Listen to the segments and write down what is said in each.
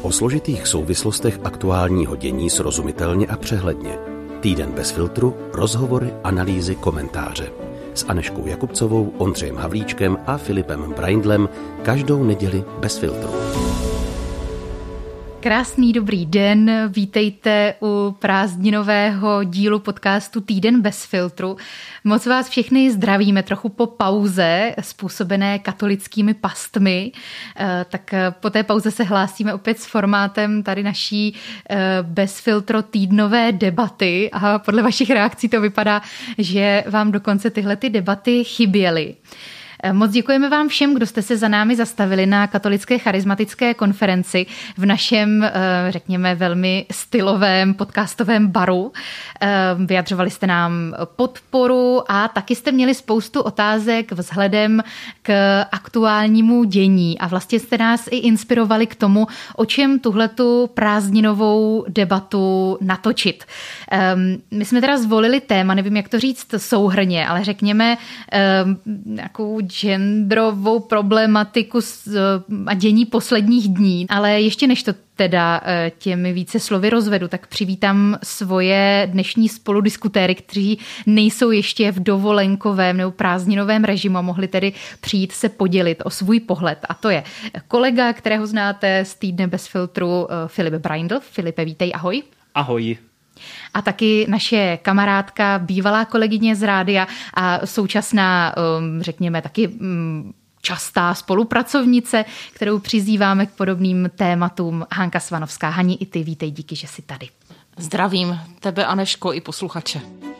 O složitých souvislostech aktuálního dění srozumitelně a přehledně. Týden bez filtru, rozhovory, analýzy, komentáře. S Anežkou Jakubcovou, Ondřejem Havlíčkem a Filipem Braindlem každou neděli bez filtru. Krásný dobrý den, vítejte u prázdninového dílu podcastu Týden bez filtru. Moc vás všechny zdravíme trochu po pauze způsobené katolickými pastmi. Tak po té pauze se hlásíme opět s formátem tady naší bez filtru týdnové debaty a podle vašich reakcí to vypadá, že vám dokonce tyhle ty debaty chyběly. Moc děkujeme vám všem, kdo jste se za námi zastavili na katolické charismatické konferenci v našem, řekněme, velmi stylovém podcastovém baru. Vyjadřovali jste nám podporu a taky jste měli spoustu otázek vzhledem k aktuálnímu dění a vlastně jste nás i inspirovali k tomu, o čem tuhletu prázdninovou debatu natočit. My jsme teda zvolili téma, nevím, jak to říct souhrnně, ale řekněme nějakou genderovou problematiku a dění posledních dní. Ale ještě než to teda těmi více slovy rozvedu, tak přivítám svoje dnešní spoludiskutéry, kteří nejsou ještě v dovolenkovém nebo prázdninovém režimu a mohli tedy přijít se podělit o svůj pohled. A to je kolega, kterého znáte z Týdne bez filtru, Filip Braindl. Filipe, vítej, ahoj. Ahoj. A taky naše kamarádka, bývalá kolegyně z rádia a současná, řekněme, taky častá spolupracovnice, kterou přizýváme k podobným tématům, Hanka Svanovská. Hani, i ty vítej, díky, že jsi tady. Zdravím tebe, Anežko, i posluchače.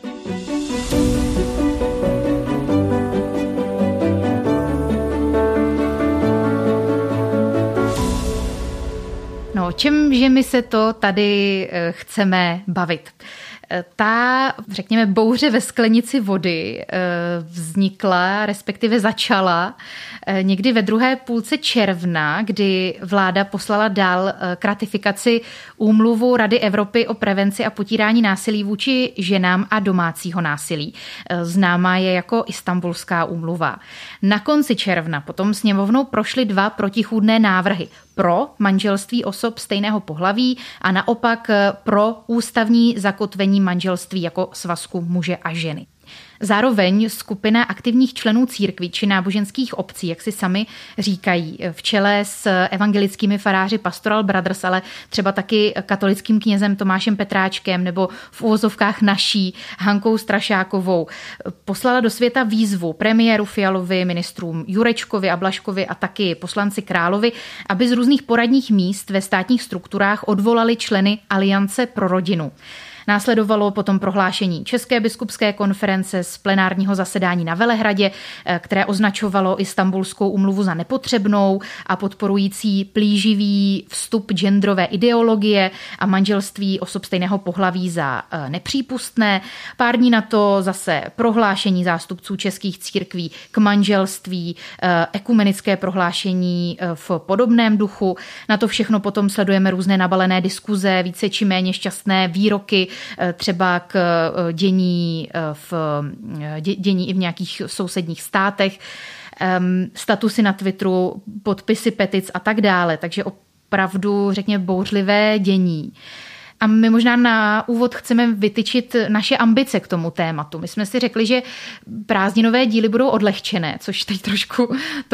No, o čemže my se to tady chceme bavit? Ta, řekněme, bouře ve sklenici vody vznikla, respektive začala někdy ve druhé půlce června, kdy vláda poslala dál k ratifikaci úmluvu Rady Evropy o prevenci a potírání násilí vůči ženám a domácího násilí. Známá je jako Istanbulská úmluva. Na konci června potom sněmovnou prošly dva protichůdné návrhy. Pro manželství osob stejného pohlaví a naopak pro ústavní zakotvení manželství jako svazku muže a ženy. Zároveň skupina aktivních členů církví či náboženských obcí, jak si sami říkají, v čele s evangelickými faráři Pastoral Brothers, ale třeba taky katolickým knězem Tomášem Petráčkem nebo v uvozovkách naší Hankou Strašákovou, poslala do světa výzvu premiéru Fialovi, ministrům Jurečkovi a Blažkovi a taky poslanci Královi, aby z různých poradních míst ve státních strukturách odvolali členy Aliance pro rodinu. Následovalo potom prohlášení České biskupské konference z plenárního zasedání na Velehradě, které označovalo Istanbulskou úmluvu za nepotřebnou a podporující plíživý vstup genderové ideologie a manželství osob stejného pohlaví za nepřípustné. Pár dní na to zase prohlášení zástupců českých církví k manželství, ekumenické prohlášení v podobném duchu. Na to všechno potom sledujeme různé nabalené diskuze, více či méně šťastné výroky, třeba k dění i v nějakých sousedních státech, statusy na Twitteru, podpisy petic a tak dále. Takže opravdu, řekněme, bouřlivé dění. A my možná na úvod chceme vytyčit naše ambice k tomu tématu. My jsme si řekli, že prázdninové díly budou odlehčené, což teď trošku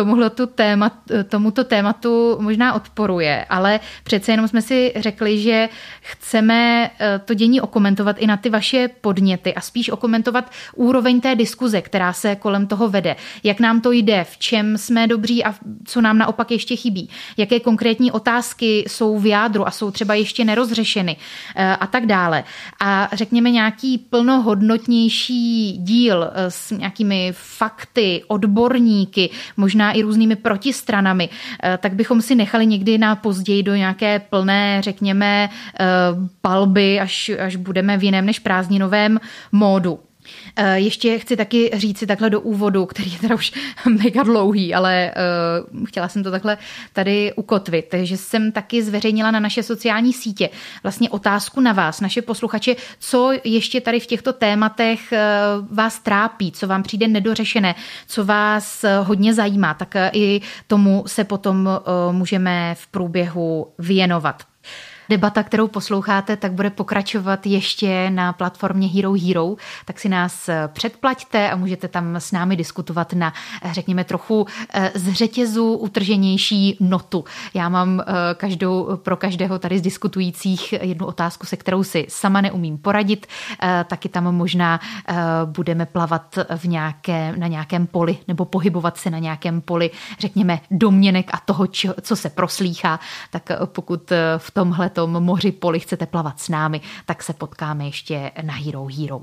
tomuto tématu možná odporuje, ale přece jenom jsme si řekli, že chceme to dění okomentovat i na ty vaše podněty a spíš okomentovat úroveň té diskuze, která se kolem toho vede. Jak nám to jde, v čem jsme dobří a co nám naopak ještě chybí. Jaké konkrétní otázky jsou v jádru a jsou třeba ještě nerozřešeny. A tak dále. A řekněme nějaký plnohodnotnější díl s nějakými fakty, odborníky, možná i různými protistranami, tak bychom si nechali někdy na později do nějaké plné, řekněme, palby, až budeme v jiném než prázdninovém módu. Ještě chci taky říci takhle do úvodu, který je teda už mega dlouhý, ale chtěla jsem to takhle tady ukotvit, že jsem taky zveřejnila na naše sociální sítě vlastně otázku na vás, naše posluchače, co ještě tady v těchto tématech vás trápí, co vám přijde nedořešené, co vás hodně zajímá, tak i tomu se potom můžeme v průběhu věnovat. Debata, kterou posloucháte, tak bude pokračovat ještě na platformě Hero Hero, tak si nás předplaťte a můžete tam s námi diskutovat na, řekněme, trochu z řetězu utrženější notu. Já mám pro každého tady z diskutujících jednu otázku, se kterou si sama neumím poradit, taky tam možná budeme plavat na nějakém poli nebo pohybovat se na nějakém poli, řekněme, domněnek a toho, co se proslýchá, tak pokud v tomhletom moři poli chcete plavat s námi, tak se potkáme ještě na Hero Hero.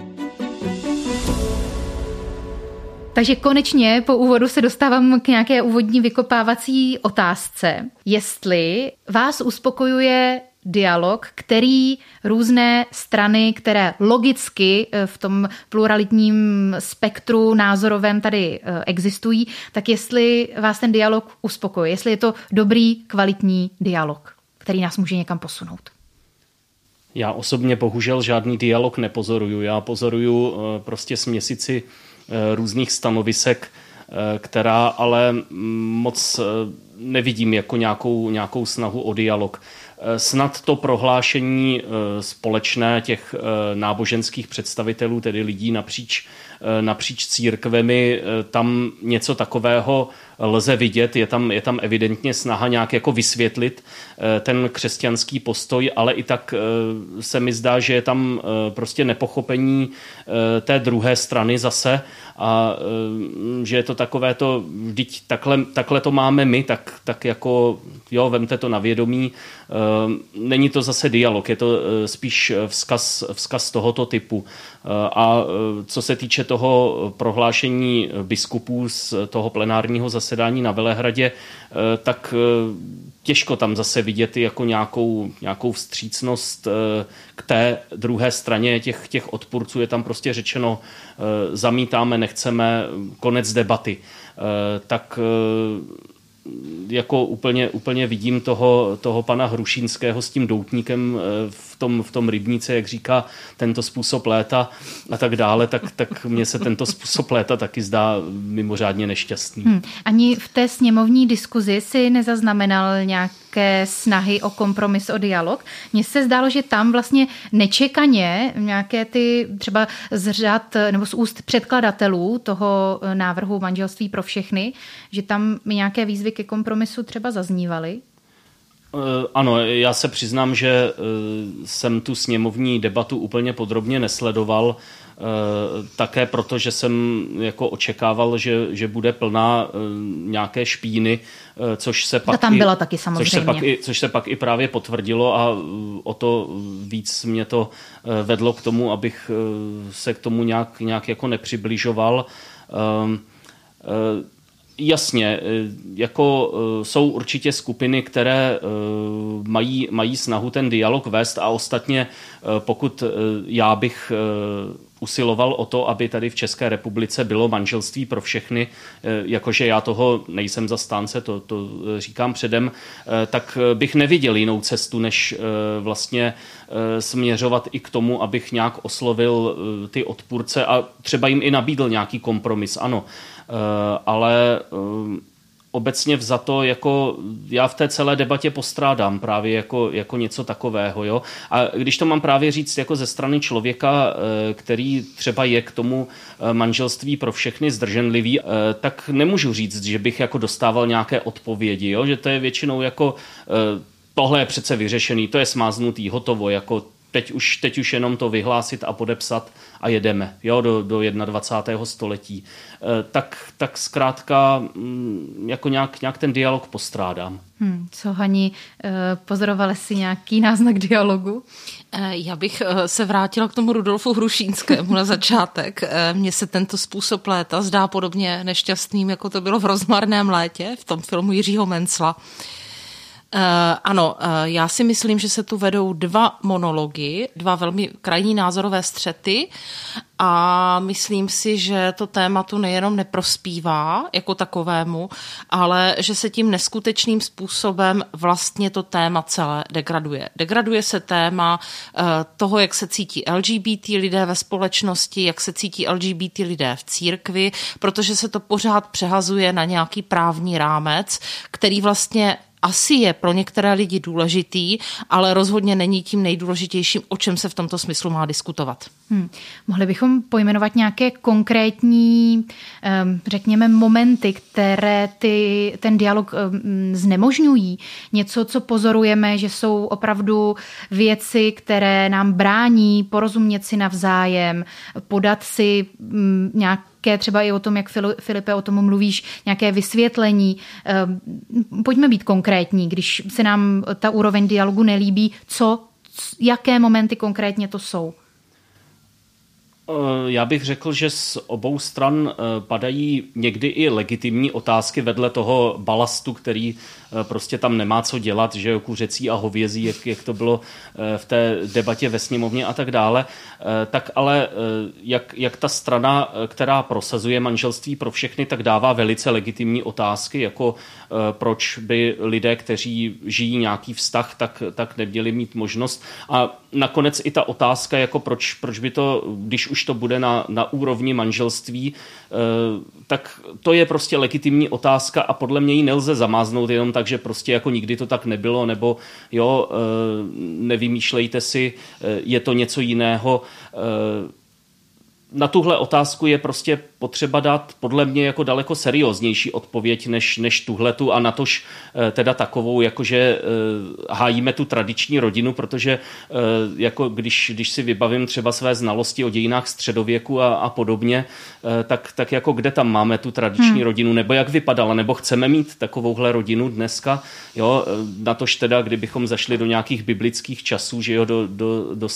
Takže konečně po úvodu se dostávám k nějaké úvodní vykopávací otázce. Jestli vás uspokojuje dialog, který různé strany, které logicky v tom pluralitním spektru názorovém tady existují, tak jestli vás ten dialog uspokojuje, jestli je to dobrý, kvalitní dialog, který nás může někam posunout. Já osobně bohužel žádný dialog nepozoruju. Já pozoruju prostě směsici různých stanovisek, která ale moc nevidím jako nějakou snahu o dialog. Snad to prohlášení společné těch náboženských představitelů, tedy lidí napříč církvemi, tam něco takového lze vidět. Je tam evidentně snaha nějak jako vysvětlit ten křesťanský postoj, ale i tak se mi zdá, že je tam prostě nepochopení té druhé strany zase a že je to takové to, vždyť takhle to máme my, tak jako jo, vemte to na vědomí. Není to zase dialog, je to spíš vzkaz tohoto typu. A co se týče toho prohlášení biskupů z toho plenárního zasedání na Velehradě, tak těžko tam zase vidět jako nějakou vstřícnost k té druhé straně těch odpůrců. Je tam prostě řečeno, zamítáme, nechceme, konec debaty. Tak jako úplně vidím toho pana Hrušínského s tím doutníkem v tom rybníce, jak říká, tento způsob léta a tak dále, tak mně se tento způsob léta taky zdá mimořádně nešťastný. Ani v té sněmovní diskuzi si nezaznamenal nějaké snahy o kompromis, o dialog. Mně se zdálo, že tam vlastně nečekaně nějaké ty třeba z řad nebo z úst předkladatelů toho návrhu manželství pro všechny, že tam nějaké výzvy ke kompromisu třeba zaznívaly. Ano, já se přiznám, že jsem tu sněmovní debatu úplně podrobně nesledoval, také proto, že jsem jako očekával, že bude plná nějaké špíny, což se pak tam byla taky samozřejmě. Což se pak i právě potvrdilo a o to víc mě to vedlo k tomu, abych se k tomu nějak jako nepřibližoval. Jasně, jako jsou určitě skupiny, které mají snahu ten dialog vést a ostatně pokud já bych usiloval o to, aby tady v České republice bylo manželství pro všechny, jakože já toho nejsem zastánce, to říkám předem, tak bych neviděl jinou cestu, než vlastně směřovat i k tomu, abych nějak oslovil ty odpůrce a třeba jim i nabídl nějaký kompromis, ano. Ale obecně vzato, jako já v té celé debatě postrádám právě jako něco takového. Jo? A když to mám právě říct jako ze strany člověka, který třeba je k tomu manželství pro všechny zdrženlivý, tak nemůžu říct, že bych jako dostával nějaké odpovědi, jo? Že to je většinou jako tohle je přece vyřešený, to je smáznutý, hotovo, jako teď už jenom to vyhlásit a podepsat a jedeme, jo, do 21. století. Tak zkrátka jako nějak ten dialog postrádám. Co, Hani, pozorovala jsi nějaký náznak dialogu? Já bych se vrátila k tomu Rudolfu Hrušínskému na začátek. Mně se tento způsob léta zdá podobně nešťastným, jako to bylo v Rozmarném létě, v tom filmu Jiřího Mencla. Ano, já si myslím, že se tu vedou dva monology, dva velmi krajní názorové střety a myslím si, že to tématu nejenom neprospívá jako takovému, ale že se tím neskutečným způsobem vlastně to téma celé degraduje. Degraduje se téma toho, jak se cítí LGBT lidé ve společnosti, jak se cítí LGBT lidé v církvi, protože se to pořád přehazuje na nějaký právní rámec, který vlastně asi je pro některé lidi důležitý, ale rozhodně není tím nejdůležitějším, o čem se v tomto smyslu má diskutovat. Mohli bychom pojmenovat nějaké konkrétní, řekněme, momenty, které ten dialog znemožňují? Něco, co pozorujeme, že jsou opravdu věci, které nám brání porozumět si navzájem, podat si nějaké, třeba i o tom, jak Filipe o tom mluvíš, nějaké vysvětlení. Pojďme být konkrétní, když se nám ta úroveň dialogu nelíbí, jaké momenty konkrétně to jsou? Já bych řekl, že z obou stran padají někdy i legitimní otázky vedle toho balastu, který prostě tam nemá co dělat, že jo, kuřecí a hovězí, jak to bylo v té debatě ve sněmovně a tak dále. Tak ale jak ta strana, která prosazuje manželství pro všechny, tak dává velice legitimní otázky, jako proč by lidé, kteří žijí nějaký vztah, tak neměli mít možnost. A nakonec i ta otázka, jako proč by to, když už to bude na úrovni manželství, tak to je prostě legitimní otázka a podle mě ji nelze zamáznout jenom tak, že prostě jako nikdy to tak nebylo, nebo jo, nevymýšlejte si, je to něco jiného. Na tuhle otázku je prostě potřeba dát podle mě jako daleko serióznější odpověď než tuhletu a natož teda takovou, jakože hájíme tu tradiční rodinu, protože jako když si vybavím třeba své znalosti o dějinách středověku a podobně, tak jako kde tam máme tu tradiční rodinu, nebo jak vypadala, nebo chceme mít takovouhle rodinu dneska, jo, natož teda, kdybychom zašli do nějakých biblických časů, že jo, do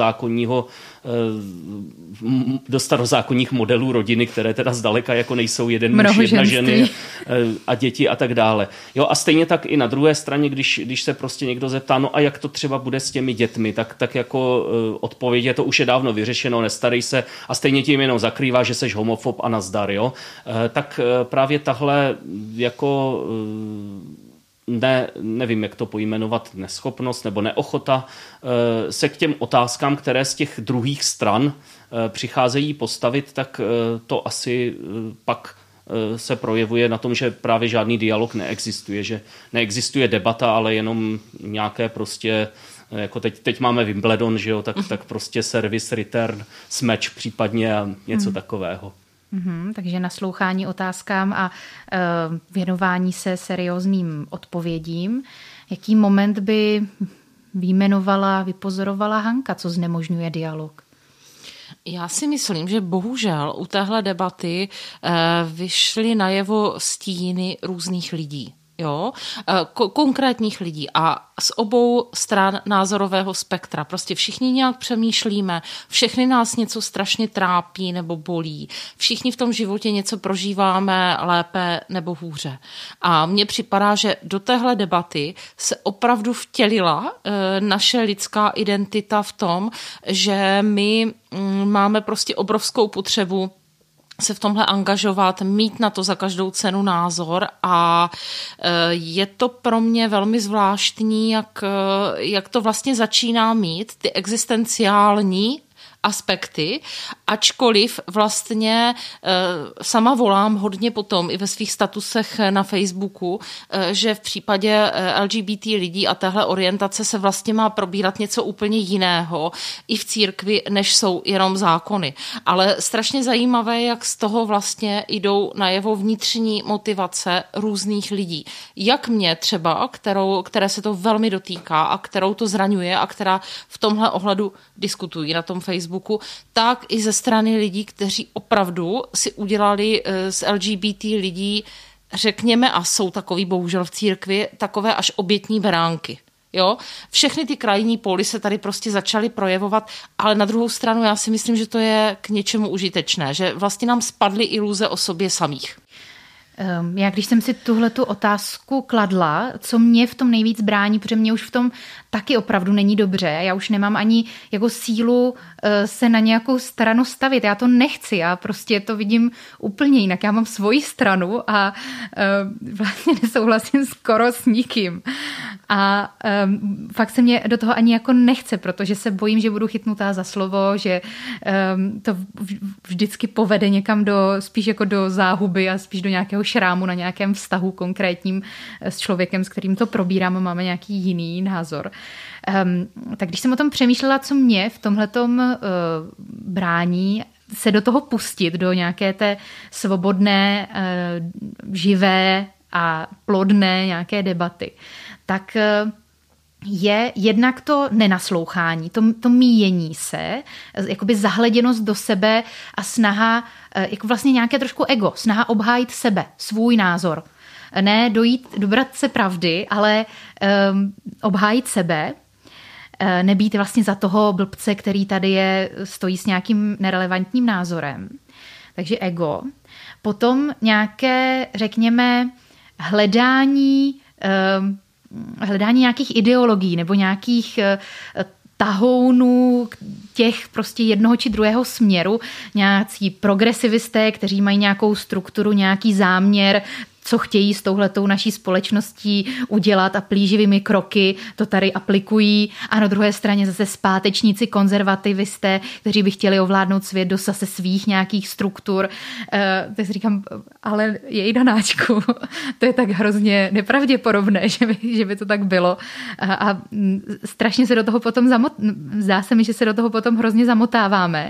starozákonních modelů rodiny, které teda zdaleka jako nejsou jeden muž, jedna ženy a děti a tak dále. Jo, a stejně tak i na druhé straně, když se prostě někdo zeptá, no a jak to třeba bude s těmi dětmi, tak jako odpověď je, to už je dávno vyřešeno, nestarej se a stejně tím jenom zakrývá, že seš homofob a nazdar, jo. Tak právě tahle jako nevím, jak to pojmenovat, neschopnost nebo neochota se k těm otázkám, které z těch druhých stran přicházejí postavit, tak to asi pak se projevuje na tom, že právě žádný dialog neexistuje, že neexistuje debata, ale jenom nějaké prostě, jako teď máme Wimbledon, že jo, tak prostě service, return, smash případně a něco takového. Takže naslouchání otázkám a věnování se seriózním odpovědím. Jaký moment by vypozorovala Hanka, co znemožňuje dialog? Já si myslím, že bohužel u téhle debaty vyšly najevo stíny různých lidí. Jo, konkrétních lidí a z obou stran názorového spektra. Prostě všichni nějak přemýšlíme, všechny nás něco strašně trápí nebo bolí. Všichni v tom životě něco prožíváme lépe nebo hůře. A mně připadá, že do téhle debaty se opravdu vtělila naše lidská identita v tom, že my máme prostě obrovskou potřebu se v tomhle angažovat, mít na to za každou cenu názor a je to pro mě velmi zvláštní, jak to vlastně začíná mít ty existenciální aspekty, ačkoliv vlastně sama volám hodně potom i ve svých statusech na Facebooku, že v případě LGBT lidí a téhle orientace se vlastně má probírat něco úplně jiného i v církvi, než jsou jenom zákony. Ale strašně zajímavé, jak z toho vlastně jdou najevo vnitřní motivace různých lidí. Jak mě třeba, které se to velmi dotýká a kterou to zraňuje a která v tomhle ohledu diskutují na tom Facebooku, tak i ze strany lidí, kteří opravdu si udělali z LGBT lidí, řekněme, a jsou takový bohužel v církvi, takové až obětní beránky. Jo? Všechny ty krajní póly se tady prostě začaly projevovat, ale na druhou stranu já si myslím, že to je k něčemu užitečné, že vlastně nám spadly iluze o sobě samých. Já když jsem si tuhletu otázku kladla, co mě v tom nejvíc brání, protože mě už v tom taky opravdu není dobře. Já už nemám ani jako sílu se na nějakou stranu stavit. Já to nechci, já prostě to vidím úplně jinak. Já mám svoji stranu a vlastně nesouhlasím skoro s nikým. A fakt se mě do toho ani jako nechce, protože se bojím, že budu chytnutá za slovo, že to vždycky povede někam spíš jako do záhuby a spíš do nějakého šrámu na nějakém vztahu konkrétním s člověkem, s kterým to probírám a máme nějaký jiný názor. Tak když jsem o tom přemýšlela, co mě v tomhletom brání se do toho pustit, do nějaké té svobodné, živé a plodné nějaké debaty, tak je jednak to nenaslouchání, to míjení se, jakoby zahleděnost do sebe a snaha, jako vlastně nějaké trošku ego, snaha obhájit sebe, svůj názor. Ne dobrat se pravdy, ale obhájit sebe, nebýt vlastně za toho blbce, který tady stojí s nějakým nerelevantním názorem. Takže ego. Potom nějaké, řekněme, hledání nějakých ideologií nebo nějakých tahounů těch prostě jednoho či druhého směru, nějací progresivisté, kteří mají nějakou strukturu, nějaký záměr, co chtějí s touhletou naší společností udělat a plíživými kroky to tady aplikují. A na druhé straně zase zpátečníci, konzervativisté, kteří by chtěli ovládnout svět do zase svých nějakých struktur. Tak si říkám, ale jej Danáčku, to je tak hrozně nepravděpodobné, že by to tak bylo. A strašně se do toho potom zdá se mi, že se do toho potom hrozně zamotáváme.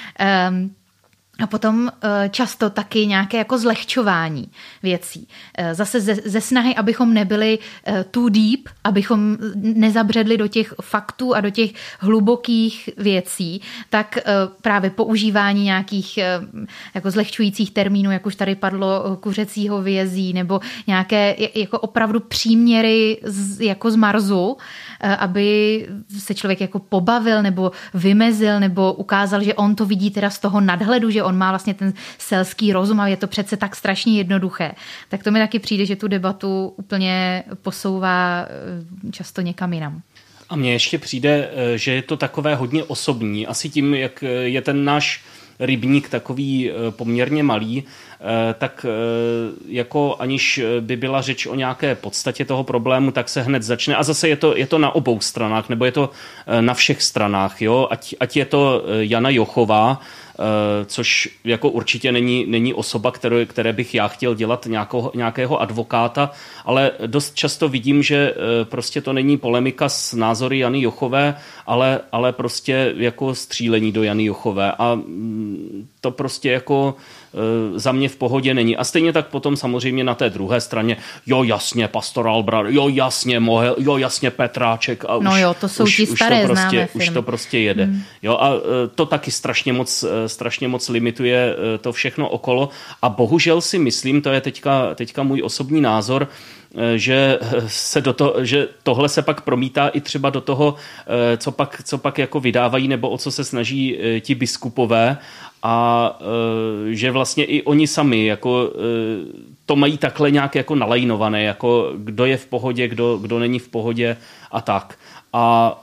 A potom často taky nějaké jako zlehčování věcí. Zase ze snahy, abychom nebyli too deep, abychom nezabředli do těch faktů a do těch hlubokých věcí, tak právě používání nějakých jako zlehčujících termínů, jak už tady padlo, kuřecího vězí, nebo nějaké jako opravdu příměry jako z Marsu, aby se člověk jako pobavil nebo vymezil nebo ukázal, že on to vidí teda z toho nadhledu, že on má vlastně ten selský rozum a je to přece tak strašně jednoduché. Tak to mi taky přijde, že tu debatu úplně posouvá často někam jinam. A mně ještě přijde, že je to takové hodně osobní. Asi tím, jak je ten náš rybník takový poměrně malý, tak jako aniž by byla řeč o nějaké podstatě toho problému, tak se hned začne. A zase je to na obou stranách, nebo je to na všech stranách. Jo? Ať je to Jana Jochová, což jako určitě není osoba, které bych já chtěl dělat nějakého advokáta, ale dost často vidím, že prostě to není polemika s názory Jany Jochové, ale prostě jako střílení do Jany Jochové a to prostě jako za mě v pohodě není. A stejně tak potom samozřejmě na té druhé straně, jo jasně Pastoral Brother, jo jasně Mohel, jo jasně Petráček a no jo, to jsou ti staré známé už to prostě jede. Jo, a to taky strašně moc limituje to všechno okolo a bohužel si myslím, to je teďka můj osobní názor, že že tohle se pak promítá i třeba do toho, co pak jako vydávají nebo o co se snaží ti biskupové a že vlastně i oni sami jako to mají takhle nějak jako nalajnované, jako kdo je v pohodě, kdo není v pohodě a tak. A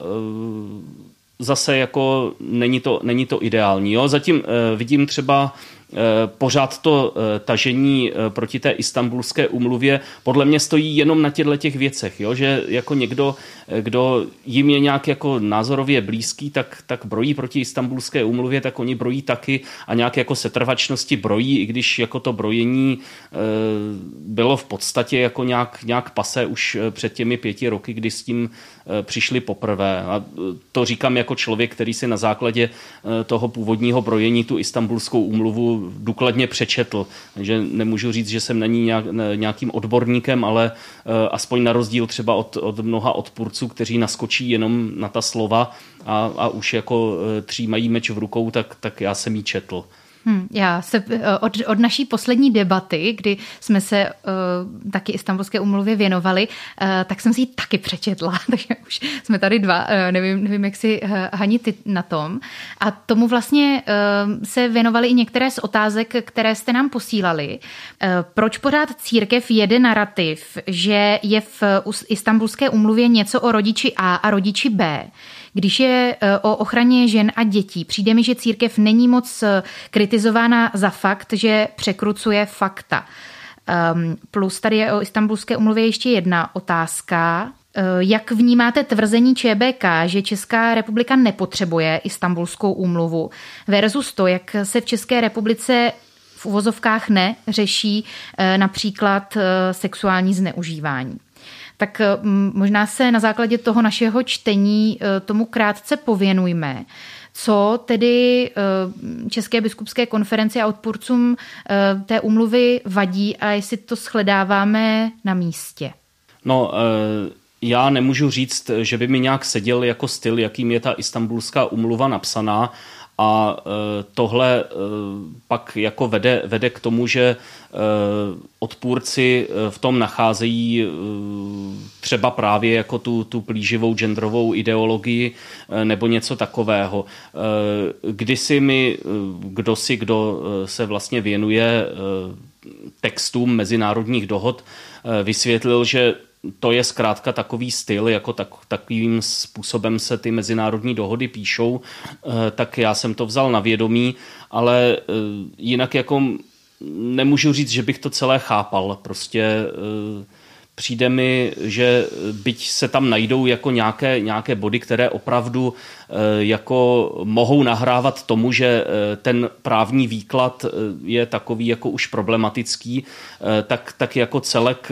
zase jako není to ideální. Jo? Zatím vidím třeba pořád to tažení proti té Istanbulské úmluvě podle mě stojí jenom na těch věcech, jo? Že jako někdo, kdo jim je nějak jako názorově blízký, tak brojí proti Istanbulské úmluvě, tak oni brojí taky a nějak jako setrvačnosti brojí, i když jako to brojení bylo v podstatě jako nějak pasé už před těmi 5 roky, kdy s tím přišli poprvé. A to říkám jako člověk, který si na základě toho původního brojení tu Istanbulskou úmluvu důkladně přečetl. Takže nemůžu říct, že jsem na ní nějakým odborníkem, ale aspoň na rozdíl třeba od mnoha odpůrců, kteří naskočí jenom na ta slova a už jako třímají meč v rukou, tak já jsem ji četl. Já se od naší poslední debaty, kdy jsme se taky Istanbulské úmluvě věnovali, tak jsem si ji taky přečetla, takže už jsme tady dva, nevím jak si Hani ty na tom. A tomu vlastně se věnovaly i některé z otázek, které jste nám posílali. Proč pořád církev jede narrativ, že je v Istanbulské úmluvě něco o rodiči A a rodiči B? Když je o ochraně žen a dětí, přijde mi, že církev není moc kritizována za fakt, že překrucuje fakta. Plus tady je o Istanbulské úmluvě ještě jedna otázka. Jak vnímáte tvrzení ČBK, že Česká republika nepotřebuje Istanbulskou úmluvu versus to, jak se v České republice v uvozovkách neřeší například sexuální zneužívání? Tak možná se na základě toho našeho čtení tomu krátce pověnujme. Co tedy České biskupské konferenci a odpůrcům té úmluvy vadí a jestli to shledáváme na místě? No, já nemůžu říct, že by mi nějak seděl jako styl, jakým je ta Istanbulská úmluva napsaná, a tohle pak jako vede k tomu, že odpůrci v tom nacházejí třeba právě jako tu plíživou genderovou ideologii nebo něco takového. Kdysi kdo se vlastně věnuje textům mezinárodních dohod, vysvětlil, že to je zkrátka takový styl, jako takovým způsobem se ty mezinárodní dohody píšou, tak já jsem to vzal na vědomí, ale jinak jako nemůžu říct, že bych to celé chápal. Prostě přijde mi, že byť se tam najdou jako nějaké body, které opravdu jako mohou nahrávat tomu, že ten právní výklad je takový jako už problematický, tak jako celek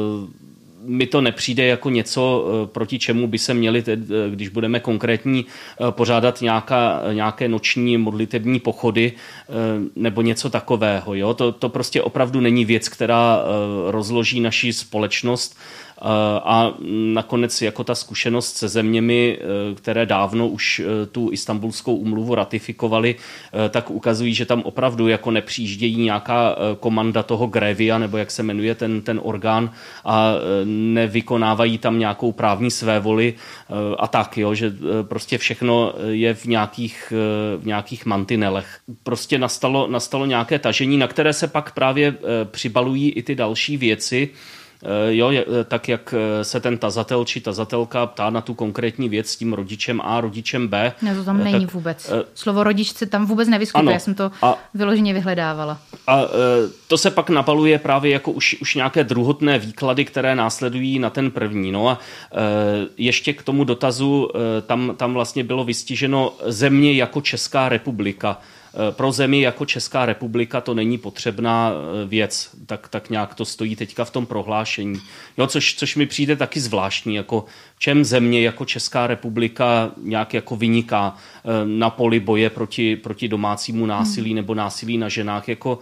mi to nepřijde jako něco, proti čemu by se měli, když budeme konkrétní, pořádat nějaké noční modlitební pochody nebo něco takového. Jo? To prostě opravdu není věc, která rozloží naši společnost. A nakonec jako ta zkušenost se zeměmi, které dávno už tu Istanbulskou úmluvu ratifikovaly, tak ukazují, že tam opravdu jako nepřijíždějí nějaká komanda toho grévia, nebo jak se jmenuje ten orgán, a nevykonávají tam nějakou právní svévoli a tak, jo, že prostě všechno je v nějakých mantinelech. Prostě nastalo nějaké tažení, na které se pak právě přibalují i ty další věci. Jo, tak jak se ten tazatel či tazatelka ptá na tu konkrétní věc s tím rodičem A, rodičem B. Ne, to tam není vůbec. Slovo rodič se tam vůbec nevyskytuje, já jsem to vyloženě vyhledávala. A to se pak nabaluje právě jako už nějaké druhotné výklady, které následují na ten první. No a ještě k tomu dotazu, tam vlastně bylo vystiženo země jako Česká republika. Pro zemi jako Česká republika to není potřebná věc, tak nějak to stojí teďka v tom prohlášení. Jo, což mi přijde taky zvláštní, jako v čem země jako Česká republika nějak jako vyniká na poli boje proti domácímu násilí nebo násilí na ženách. Jako,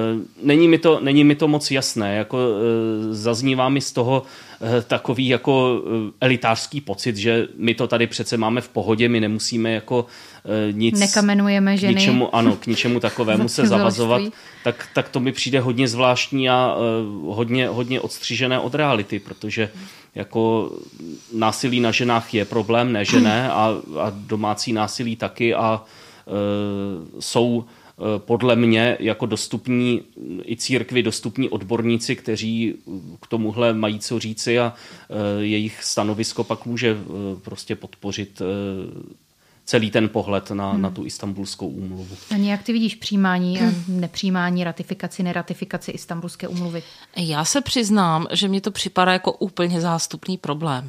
není mi to moc jasné, jako zaznívá mi z toho takový jako elitářský pocit, že my to tady přece máme v pohodě, my nemusíme jako nic... Nekamenujeme ženy. K ničemu takovému se zavazovat, tak to mi přijde hodně zvláštní a hodně odstřižené od reality, protože jako násilí na ženách je problém, ne že ne, a domácí násilí taky, a jsou podle mě jako dostupní i církvi dostupní odborníci, kteří k tomuhle mají co říci, a jejich stanovisko pak může prostě podpořit celý ten pohled na tu Istanbulskou úmluvu. A jak ty vidíš přijímání a nepřijímání, ratifikaci, neratifikaci Istanbulské úmluvy? Já se přiznám, že mně to připadá jako úplně zástupný problém.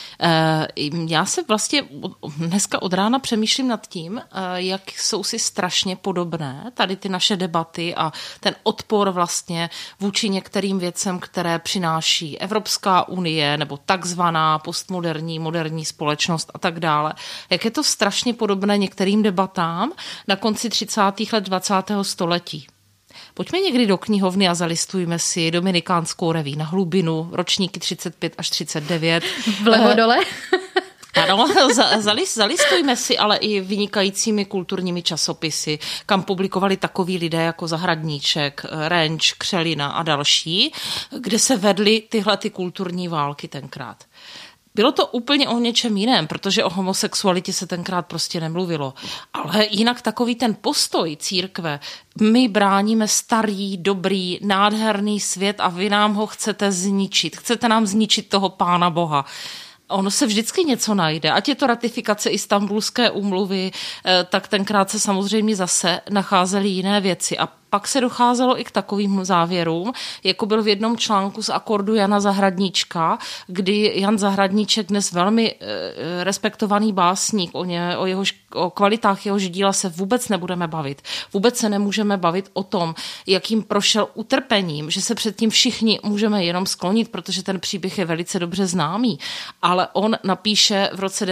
Já se vlastně dneska od rána přemýšlím nad tím, jak jsou si strašně podobné tady ty naše debaty a ten odpor vlastně vůči některým věcem, které přináší Evropská unie nebo takzvaná postmoderní, moderní společnost a tak dále. Jak je to strašně podobné některým debatám na konci 30. let 20. století. Pojďme někdy do knihovny a zalistujme si Dominikánskou reví na hlubinu, ročníky 35 až 39. Vlevo dole. Ano, zalistujme si ale i vynikajícími kulturními časopisy, kam publikovali takoví lidé jako Zahradníček, Renč, Křelina a další, kde se vedly tyhle ty kulturní války tenkrát. Bylo to úplně o něčem jiném, protože o homosexualitě se tenkrát prostě nemluvilo. Ale jinak takový ten postoj církve, my bráníme starý, dobrý, nádherný svět a vy nám ho chcete zničit. Chcete nám zničit toho Pána Boha. Ono se vždycky něco najde, ať je to ratifikace Istanbulské úmluvy, tak tenkrát se samozřejmě zase nacházely jiné věci. A pak se docházelo i k takovým závěrům, jako byl v jednom článku z Akordu Jana Zahradníčka, kdy Jan Zahradníček, dnes velmi respektovaný básník, o kvalitách jehož díla se vůbec nebudeme bavit. Vůbec se nemůžeme bavit o tom, jakým prošel utrpením, že se před tím všichni můžeme jenom sklonit, protože ten příběh je velice dobře známý. Ale on napíše v roce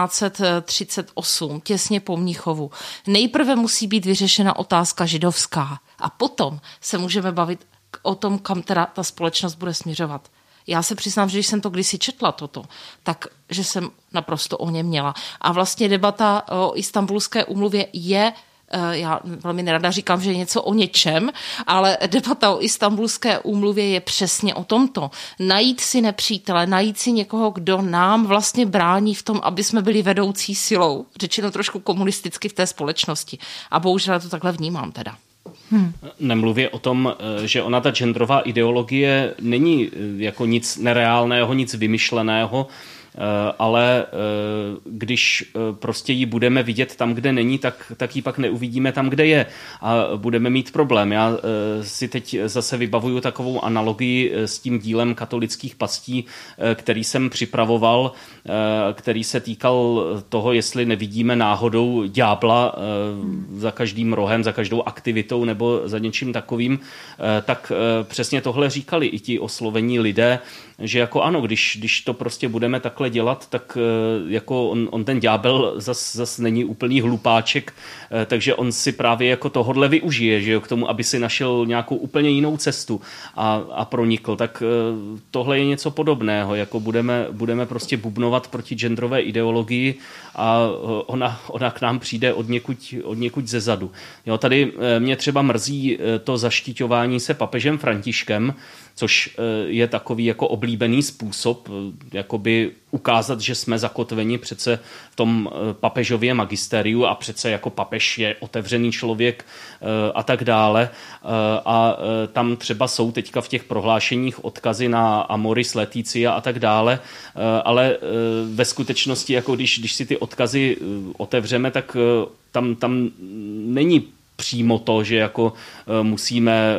1938, těsně po Mnichovu, nejprve musí být vyřešena otázka židovská. A potom se můžeme bavit o tom, kam teda ta společnost bude směřovat. Já se přiznám, že když jsem to kdysi četla tak že jsem naprosto o něm měla. A vlastně debata o Istanbulské úmluvě je, já velmi nerada říkám, že je něco o něčem, ale debata o Istanbulské úmluvě je přesně o tomto. Najít si nepřítele, najít si někoho, kdo nám vlastně brání v tom, aby jsme byli vedoucí silou, řečeno trošku komunisticky v té společnosti. A bohužel to takhle vnímám teda. Nemluvě o tom, že ona ta genderová ideologie není jako nic nereálného, nic vymyšleného, ale když prostě ji budeme vidět tam, kde není, tak ji pak neuvidíme tam, kde je a budeme mít problém. Já si teď zase vybavuju takovou analogii s tím dílem Katolických pastí, který jsem připravoval, který se týkal toho, jestli nevidíme náhodou ďábla za každým rohem, za každou aktivitou nebo za něčím takovým, tak přesně tohle říkali i ti oslovení lidé, že jako ano, když to prostě budeme takhle dělat, tak jako on ten ďábel zas není úplný hlupáček, takže on si právě jako tohodle využije, že jo, k tomu, aby si našel nějakou úplně jinou cestu a pronikl. Tak tohle je něco podobného, jako budeme prostě bubnovat proti genderové ideologii a ona k nám přijde od někud zezadu. Jo, tady mě třeba mrzí to zaštiťování se papežem Františkem, což je takový jako oblíbený způsob, jakoby ukázat, že jsme zakotveni přece v tom papežově magisteriu a přece jako papež je otevřený člověk a tak dále. A tam třeba jsou teďka v těch prohlášeních odkazy na Amoris Laetitia a tak dále, ale ve skutečnosti, jako když si ty odkazy otevřeme, tak tam není přímo to, že jako musíme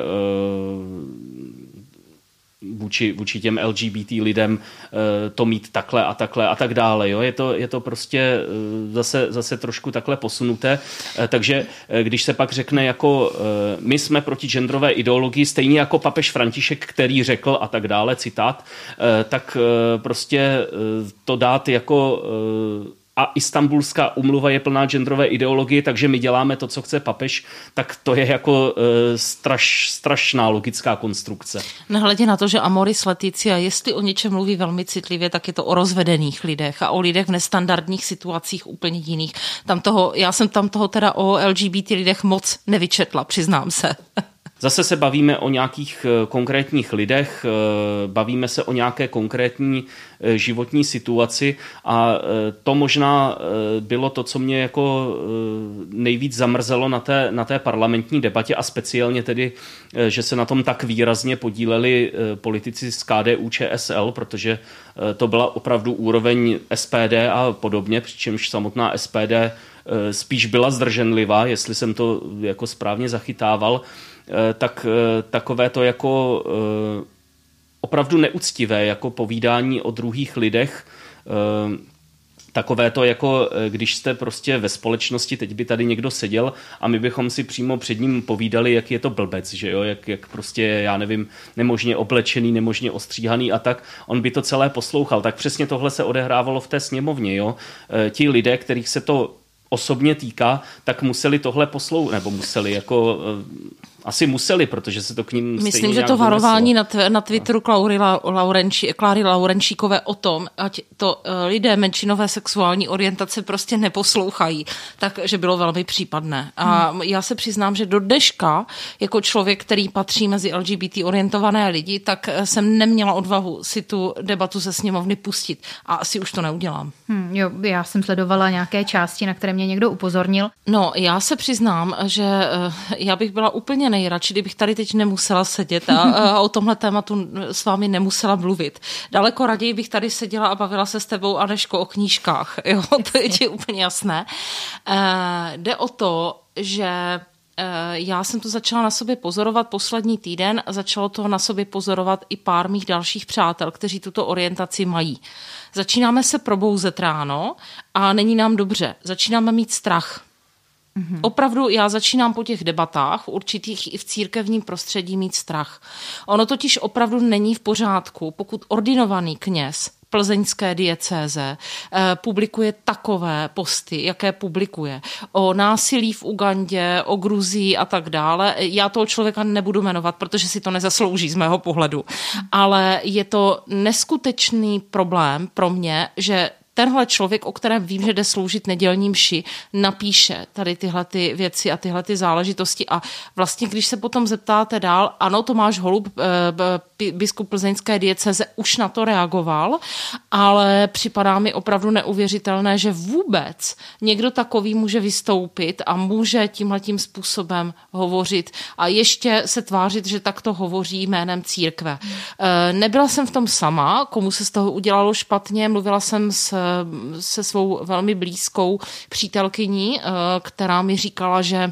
vůči těm LGBT lidem to mít takhle a tak dále. Jo? Je to prostě zase trošku takhle posunuté. Takže když se pak řekne jako my jsme proti genderové ideologii stejně jako papež František, který řekl a tak dále, citát, tak prostě to dát jako a Istanbulská úmluva je plná genderové ideologie, takže my děláme to, co chce papež, tak to je jako strašná logická konstrukce. Nehledě na to, že Amoris Laetitia, jestli o něčem mluví velmi citlivě, tak je to o rozvedených lidech a o lidech v nestandardních situacích úplně jiných. Já jsem tam toho teda o LGBT lidech moc nevyčetla, přiznám se. Zase se bavíme o nějakých konkrétních lidech, bavíme se o nějaké konkrétní životní situaci a to možná bylo to, co mě jako nejvíc zamrzelo na té parlamentní debatě a speciálně tedy, že se na tom tak výrazně podíleli politici z KDU ČSL, protože to byla opravdu úroveň SPD a podobně, přičemž samotná SPD spíš byla zdrženlivá, jestli jsem to jako správně zachytával, tak takové to jako opravdu neúctivé jako povídání o druhých lidech, takové to jako když jste prostě ve společnosti, teď by tady někdo seděl a my bychom si přímo před ním povídali, jak je to blbec, že jo, jak prostě, já nevím, nemožně oblečený, nemožně ostříhaný a tak, on by to celé poslouchal. Tak přesně tohle se odehrávalo v té sněmovně, jo. Ti lidé, kterých se to osobně týká, tak museli tohle poslouchat, nebo museli jako Asi museli, protože se to k ním myslím, že to varování na Twitteru Kláry Laurenčíkové o tom, ať to lidé menšinové sexuální orientace prostě neposlouchají, takže bylo velmi případné. A já se přiznám, že do dneška, jako člověk, který patří mezi LGBT orientované lidi, tak jsem neměla odvahu si tu debatu ze sněmovny pustit a asi už to neudělám. Jo, já jsem sledovala nějaké části, na které mě někdo upozornil. No, já se přiznám, že já bych byla úplně nejradši, kdybych tady teď nemusela sedět a o tomhle tématu s vámi nemusela mluvit. Daleko raději bych tady seděla a bavila se s tebou, Anežko, o knížkách. Jo, to je ti úplně jasné. Jde o to, že já jsem to začala na sobě pozorovat poslední týden a začalo to na sobě pozorovat i pár mých dalších přátel, kteří tuto orientaci mají. Začínáme se probouzet ráno a není nám dobře. Začínáme mít strach. Opravdu já začínám po těch debatách určitých i v církevním prostředí mít strach. Ono totiž opravdu není v pořádku, pokud ordinovaný kněz plzeňské diecéze publikuje takové posty, jaké publikuje. O násilí v Ugandě, o Gruzii a tak dále. Já toho člověka nebudu jmenovat, protože si to nezaslouží z mého pohledu. Ale je to neskutečný problém pro mě, že tenhle člověk, o kterém vím, že jde sloužit nedělní mši, napíše tady tyhle ty věci a tyhle ty záležitosti a vlastně, když se potom zeptáte dál, ano, Tomáš Holub, biskup plzeňské diecéze, už na to reagoval, ale připadá mi opravdu neuvěřitelné, že vůbec někdo takový může vystoupit a může tímhletím způsobem hovořit a ještě se tvářit, že takto hovoří jménem církve. Nebyla jsem v tom sama, komu se z toho udělalo špatně, mluvila jsem se svou velmi blízkou přítelkyní, která mi říkala, že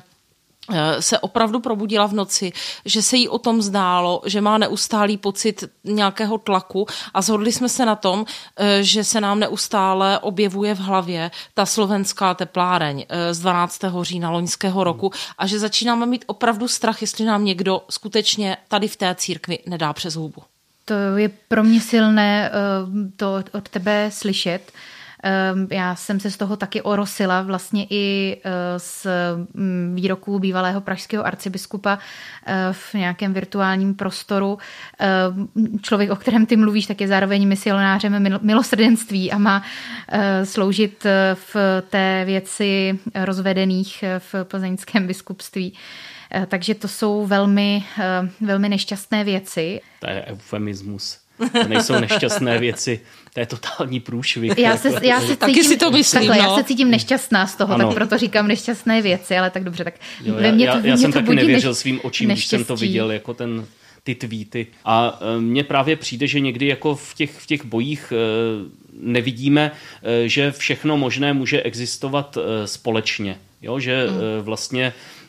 se opravdu probudila v noci, že se jí o tom zdálo, že má neustálý pocit nějakého tlaku a shodli jsme se na tom, že se nám neustále objevuje v hlavě ta slovenská tepláreň z 12. října loňského roku a že začínáme mít opravdu strach, jestli nám někdo skutečně tady v té církvi nedá přes hubu. To je pro mě silné to od tebe slyšet. Já jsem se z toho taky orosila vlastně i z výroků bývalého pražského arcibiskupa v nějakém virtuálním prostoru. Člověk, o kterém ty mluvíš, tak je zároveň misionářem milosrdenství a má sloužit v té věci rozvedených v plzeňském biskupství. Takže to jsou velmi, velmi nešťastné věci. To je eufemismus. To nejsou nešťastné věci, to je totální průšvih. Já se taky cítím, si to myslím. Takhle, já se cítím nešťastná z toho, tak proto říkám nešťastné věci, ale tak dobře. Tak jo, já jsem taky nevěřil svým očím, když jsem to viděl, jako ty tweety. A mně právě přijde, že někdy jako v těch bojích nevidíme, že všechno možné může existovat společně. Jo, že vlastně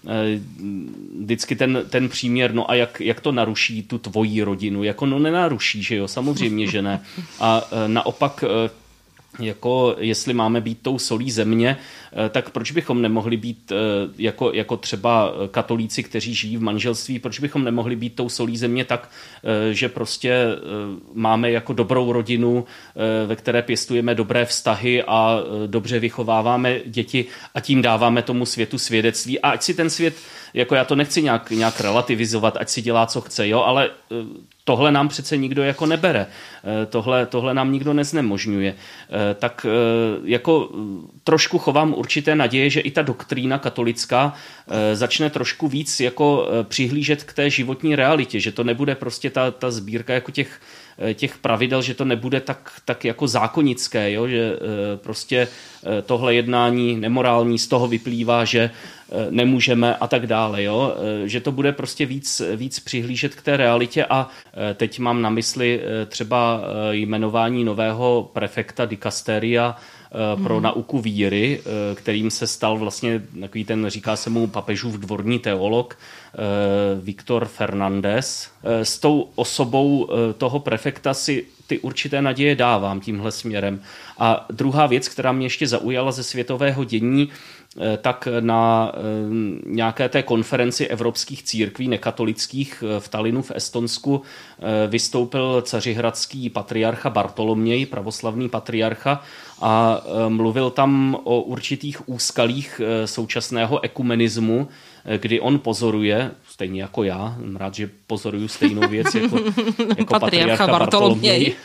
vždycky ten příměr, no a jak to naruší tu tvoji rodinu, jako no nenaruší, že jo, samozřejmě, že ne. A naopak, jako jestli máme být tou solí země, tak proč bychom nemohli být jako třeba katolíci, kteří žijí v manželství, proč bychom nemohli být tou solí země tak, že prostě máme jako dobrou rodinu, ve které pěstujeme dobré vztahy a dobře vychováváme děti a tím dáváme tomu světu svědectví a ať si ten svět, jako já to nechci nějak relativizovat, ať si dělá, co chce, jo, ale tohle nám přece nikdo jako nebere. Tohle nám nikdo neznemožňuje. Tak jako trošku chovám určité naděje, že i ta doktrína katolická začne trošku víc jako přihlížet k té životní realitě, že to nebude prostě ta sbírka jako těch pravidel, že to nebude tak jako zákonické, jo? Že prostě tohle jednání nemorální, z toho vyplývá, že nemůžeme a tak dále. Jo? Že to bude prostě víc přihlížet k té realitě a teď mám na mysli třeba jmenování nového prefekta dikasteria pro nauku víry, kterým se stal vlastně takový ten, říká se mu papežův dvorní teolog, Viktor Fernández. S tou osobou toho prefekta si ty určité naděje dávám tímhle směrem. A druhá věc, která mě ještě zaujala ze světového dění, tak na nějaké té konferenci evropských církví nekatolických v Tallinnu v Estonsku vystoupil cařihradský patriarcha Bartoloměj, pravoslavný patriarcha, a mluvil tam o určitých úskalích současného ekumenismu, kdy on pozoruje, stejně jako já, jsem rád, že pozoruju stejnou věc jako patriarcha Bartoloměj,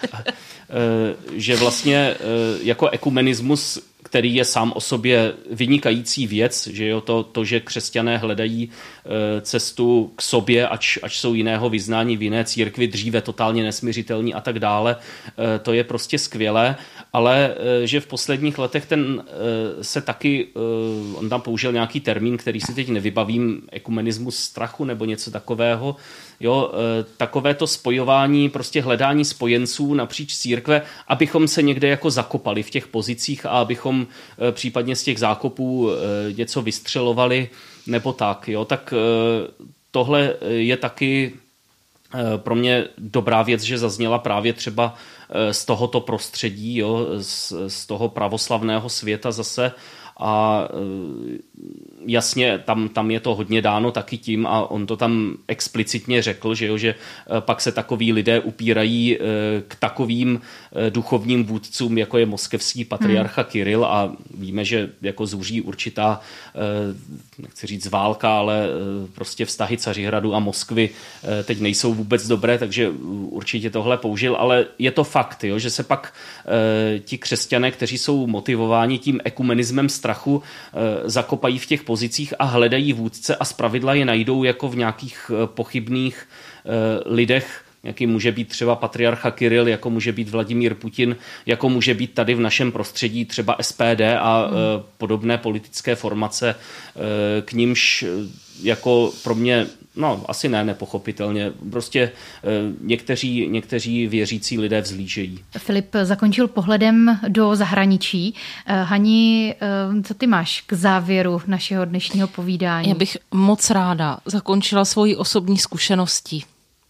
že vlastně jako ekumenismus, který je sám o sobě vynikající věc, že jo, to, že křesťané hledají cestu k sobě, ač jsou jiného vyznání v jiné církvi, dříve totálně nesmiřitelní a tak dále, to je prostě skvělé, ale že v posledních letech ten se taky, on tam použil nějaký termín, který si teď nevybavím, ekumenismus strachu nebo něco takového, jo, takové to spojování, prostě hledání spojenců napříč církve, abychom se někde jako zakopali v těch pozicích a abychom případně z těch zákopů něco vystřelovali nebo tak, jo, tak tohle je taky pro mě dobrá věc, že zazněla právě třeba z tohoto prostředí, jo, z toho pravoslavného světa zase. A jasně, tam je to hodně dáno taky tím a on to tam explicitně řekl, že pak se takoví lidé upírají k takovým duchovním vůdcům, jako je moskevský patriarcha Kiril a víme, že jako zuří určitá, nechci říct válka, ale prostě vztahy Cařihradu a Moskvy teď nejsou vůbec dobré, takže určitě tohle použil, ale je to fakt, jo, že se pak ti křesťané, kteří jsou motivováni tím ekumenismem strachu, zakopají v těch pozicích a hledají vůdce a zpravidla je najdou jako v nějakých pochybných lidech, jaký může být třeba patriarcha Kiril, jako může být Vladimír Putin, jako může být tady v našem prostředí třeba SPD a podobné politické formace, k nímž jako pro mě, no asi nepochopitelně, prostě někteří věřící lidé vzlížejí. Filip zakončil pohledem do zahraničí. Hani, co ty máš k závěru našeho dnešního povídání? Já bych moc ráda zakončila svoji osobní zkušeností.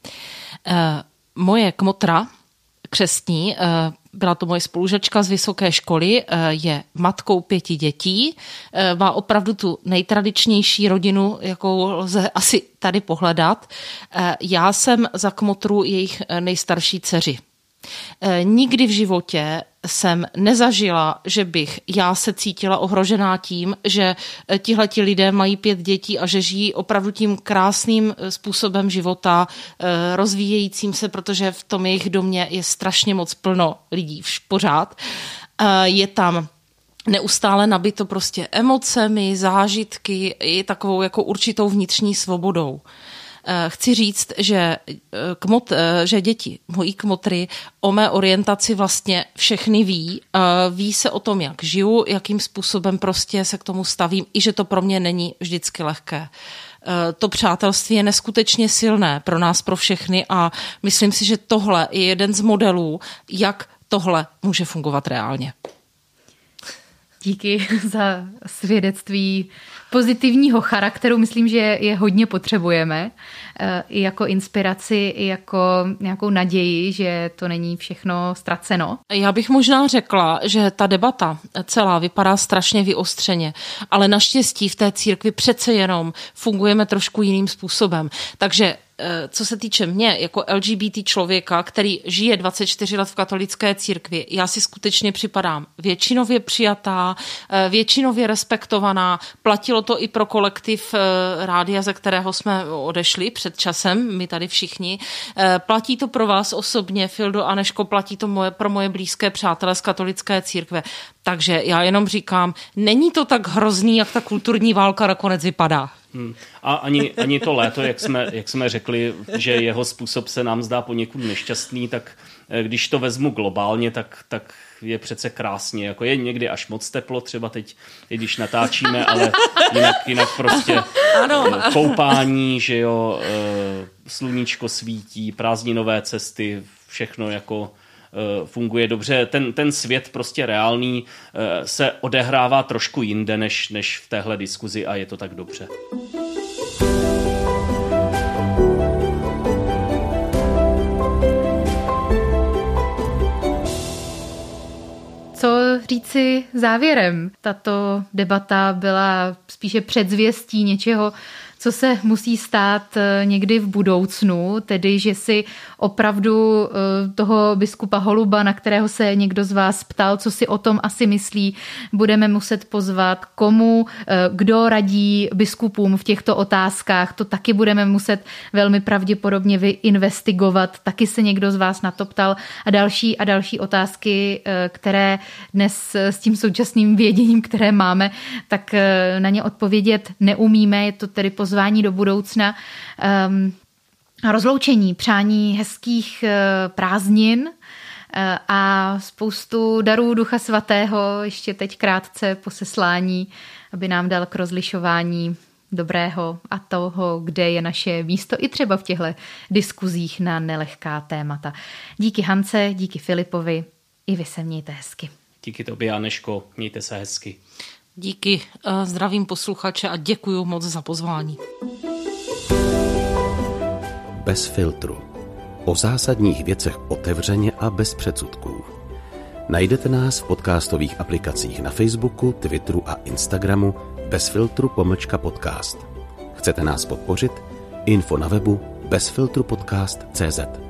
Moje kmotra křestní, byla to moje spolužačka z vysoké školy, je matkou 5 dětí, má opravdu tu nejtradičnější rodinu, jakou lze asi tady pohledat. Já jsem za kmotru jejich nejstarší dceři. Nikdy v životě jsem nezažila, že bych já se cítila ohrožená tím, že tihleti lidé mají 5 dětí a že žijí opravdu tím krásným způsobem života, rozvíjejícím se, protože v tom jejich domě je strašně moc plno lidí pořád. Je tam neustále nabito prostě emocemi, zážitky i takovou jako určitou vnitřní svobodou. Chci říct, že děti, mojí kmotry, o mé orientaci vlastně všechny ví se o tom, jak žiju, jakým způsobem prostě se k tomu stavím, i že to pro mě není vždycky lehké. To přátelství je neskutečně silné pro nás, pro všechny a myslím si, že tohle je jeden z modelů, jak tohle může fungovat reálně. Díky za svědectví pozitivního charakteru. Myslím, že je hodně potřebujeme. I jako inspiraci, i jako nějakou naději, že to není všechno ztraceno. Já bych možná řekla, že ta debata celá vypadá strašně vyostřeně, ale naštěstí v té církvi přece jenom fungujeme trošku jiným způsobem. Takže co se týče mě, jako LGBT člověka, který žije 24 let v katolické církvi, já si skutečně připadám většinově přijatá, většinově respektovaná. Platilo to i pro kolektiv rádia, ze kterého jsme odešli před časem, my tady všichni. Platí to pro vás osobně, Fildo, Aneško, platí to pro moje blízké přátelé z katolické církve. Takže já jenom říkám, není to tak hrozný, jak ta kulturní válka nakonec vypadá. A ani to léto, jak jsme řekli, že jeho způsob se nám zdá poněkud nešťastný, tak když to vezmu globálně, tak je přece krásně. Jako je někdy až moc teplo, třeba teď, když natáčíme, ale jinak prostě koupání, že jo, sluníčko svítí, prázdninové cesty, všechno jako funguje dobře. Ten svět prostě reálný se odehrává trošku jinde než v téhle diskuzi a je to tak dobře. Co říci závěrem? Tato debata byla spíše předzvěstí něčeho, co se musí stát někdy v budoucnu, tedy že si opravdu toho biskupa Holuba, na kterého se někdo z vás ptal, co si o tom asi myslí, budeme muset pozvat, komu, kdo radí biskupům v těchto otázkách, to taky budeme muset velmi pravděpodobně vyinvestigovat, taky se někdo z vás na to ptal a další otázky, které dnes s tím současným věděním, které máme, tak na ně odpovědět neumíme, je to tedy pozvání do budoucna. Rozloučení, přání hezkých prázdnin a spoustu darů Ducha Svatého, ještě teď krátce po seslání, aby nám dal k rozlišování dobrého a toho, kde je naše místo i třeba v těchto diskuzích na nelehká témata. Díky Hance, díky Filipovi, i vy se mějte hezky. Díky tobě, Aneško, mějte se hezky. Díky, zdravím posluchače a děkuju moc za pozvání. Bez filtru. O zásadních věcech otevřeně a bez předsudků. Najdete nás v podcastových aplikacích na Facebooku, Twitteru a Instagramu bezfiltru_podcast. Chcete nás podpořit? Info na webu bezfiltrupodcast.cz